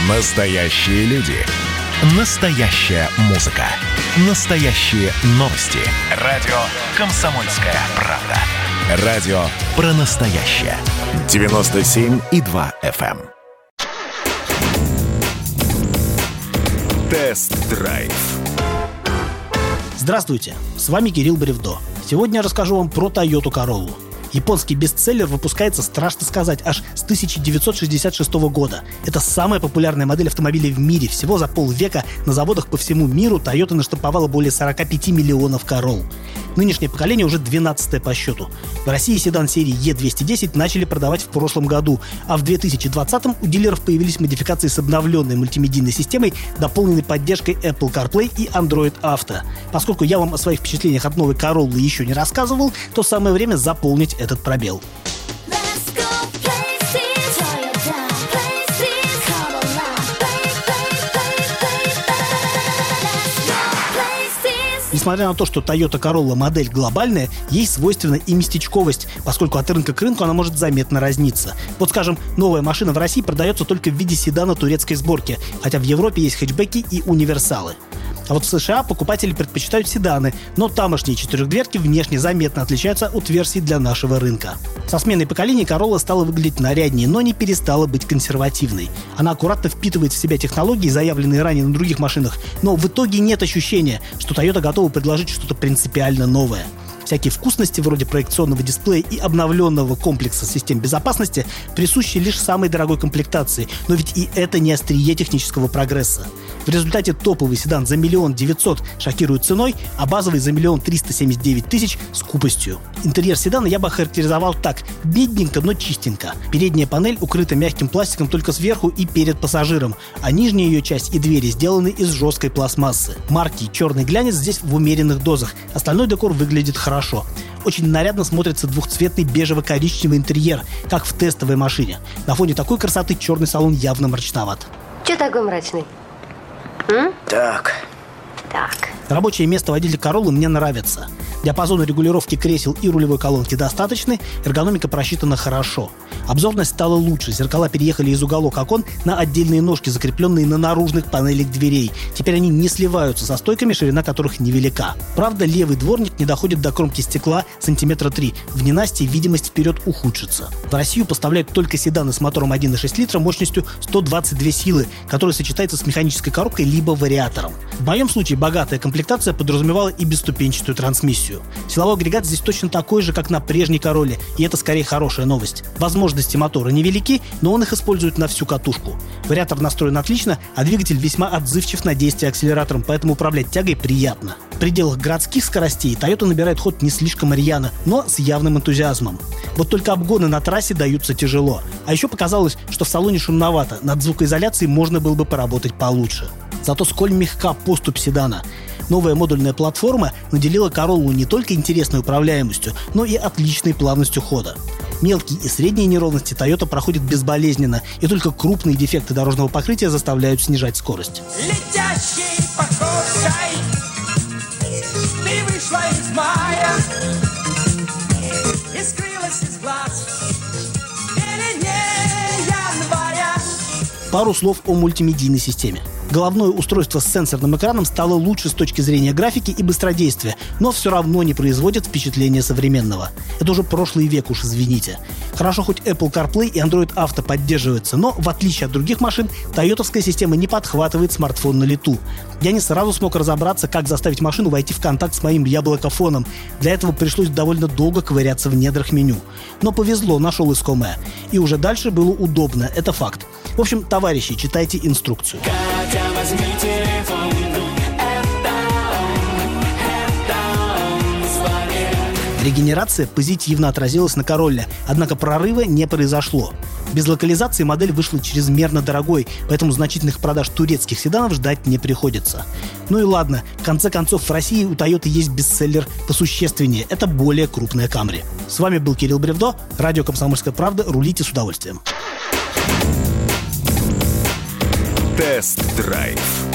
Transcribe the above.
Настоящие люди. Настоящая музыка. Настоящие новости. Радио «Комсомольская правда». Радио про настоящее. 97,2 FM. Тест-драйв. Здравствуйте, с вами Кирилл Бревдо. Сегодня я расскажу вам про Toyota Corolla. Японский бестселлер выпускается, страшно сказать, аж с 1966 года. Это самая популярная модель автомобилей в мире. Всего за полвека на заводах по всему миру Toyota наштамповала более 45 миллионов Corolla. Нынешнее поколение уже 12-е по счету. В России седан серии E210 начали продавать в прошлом году, а в 2020-м у дилеров появились модификации с обновленной мультимедийной системой, дополненной поддержкой Apple CarPlay и Android Auto. Поскольку я вам о своих впечатлениях от новой Corolla еще не рассказывал, то самое время заполнить этот пробел. Несмотря на то, что Toyota Corolla модель глобальная, ей свойственна и местечковость, поскольку от рынка к рынку она может заметно разниться. Вот, скажем, новая машина в России продается только в виде седана турецкой сборки, хотя в Европе есть хэтчбеки и универсалы. А вот в США покупатели предпочитают седаны, но тамошние четырехдверки внешне заметно отличаются от версий для нашего рынка. Со сменой поколений Corolla стала выглядеть наряднее, но не перестала быть консервативной. Она аккуратно впитывает в себя технологии, заявленные ранее на других машинах, но в итоге нет ощущения, что Toyota готова предложить что-то принципиально новое. Всякие вкусности вроде проекционного дисплея и обновленного комплекса систем безопасности присущи лишь самой дорогой комплектации, но ведь и это не острие технического прогресса. В результате топовый седан за 1 900 000 шокирует ценой, а базовый за 1 379 000 скупостью. Интерьер седана я бы охарактеризовал так: бедненько, но чистенько. Передняя панель укрыта мягким пластиком только сверху и перед пассажиром, а нижняя ее часть и двери сделаны из жесткой пластмассы. Марки и черный глянец здесь в умеренных дозах. Остальной декор выглядит хорошо. Очень нарядно смотрится двухцветный бежево-коричневый интерьер, как в тестовой машине. На фоне такой красоты черный салон явно мрачноват. Че такой мрачный? Так. Рабочее место водителя Corolla мне нравится. Диапазон регулировки кресел и рулевой колонки достаточны, эргономика просчитана хорошо. Обзорность стала лучше, зеркала переехали из уголок окон на отдельные ножки, закрепленные на наружных панелях дверей. Теперь они не сливаются со стойками, ширина которых невелика. Правда, левый дворник не доходит до кромки стекла сантиметра 3. В ненастье видимость вперед ухудшится. В Россию поставляют только седаны с мотором 1,6 литра мощностью 122 силы, который сочетается с механической коробкой либо вариатором. В моем случае богатая комплектация подразумевала и бесступенчатую трансмиссию. Силовой агрегат здесь точно такой же, как на прежней Corolla, и это скорее хорошая новость. Возможности мотора невелики, но он их использует на всю катушку. Вариатор настроен отлично, а двигатель весьма отзывчив на действие акселератором, поэтому управлять тягой приятно. В пределах городских скоростей Toyota набирает ход не слишком рьяно, но с явным энтузиазмом. Вот только обгоны на трассе даются тяжело. А еще показалось, что в салоне шумновато, над звукоизоляцией можно было бы поработать получше. Зато сколь мягка поступь седана. Новая модульная платформа наделила Corolla не только интересной управляемостью, но и отличной плавностью хода. Мелкие и средние неровности Toyota проходят безболезненно, и только крупные дефекты дорожного покрытия заставляют снижать скорость. Летящий покошай, ты вышла из мая и скрылась из глаз января. Пару слов о мультимедийной системе. Головное устройство с сенсорным экраном стало лучше с точки зрения графики и быстродействия, но все равно не производит впечатления современного. Это уже прошлый век, уж извините. Хорошо, хоть Apple CarPlay и Android Auto поддерживаются, но в отличие от других машин, тойотовская система не подхватывает смартфон на лету. Я не сразу смог разобраться, как заставить машину войти в контакт с моим яблокофоном. Для этого пришлось довольно долго ковыряться в недрах меню. Но повезло, нашел искомое. И уже дальше было удобно, это факт. В общем, товарищи, читайте инструкцию. Катя, возьми телефон, это он звонит. Регенерация позитивно отразилась на Corolla, однако прорыва не произошло. Без локализации модель вышла чрезмерно дорогой, поэтому значительных продаж турецких седанов ждать не приходится. Ну и ладно, в конце концов в России у Toyota есть бестселлер посущественнее, это более крупная Camry. С вами был Кирилл Бревдо, радио «Комсомольская правда», рулите с удовольствием. Тест-драйв.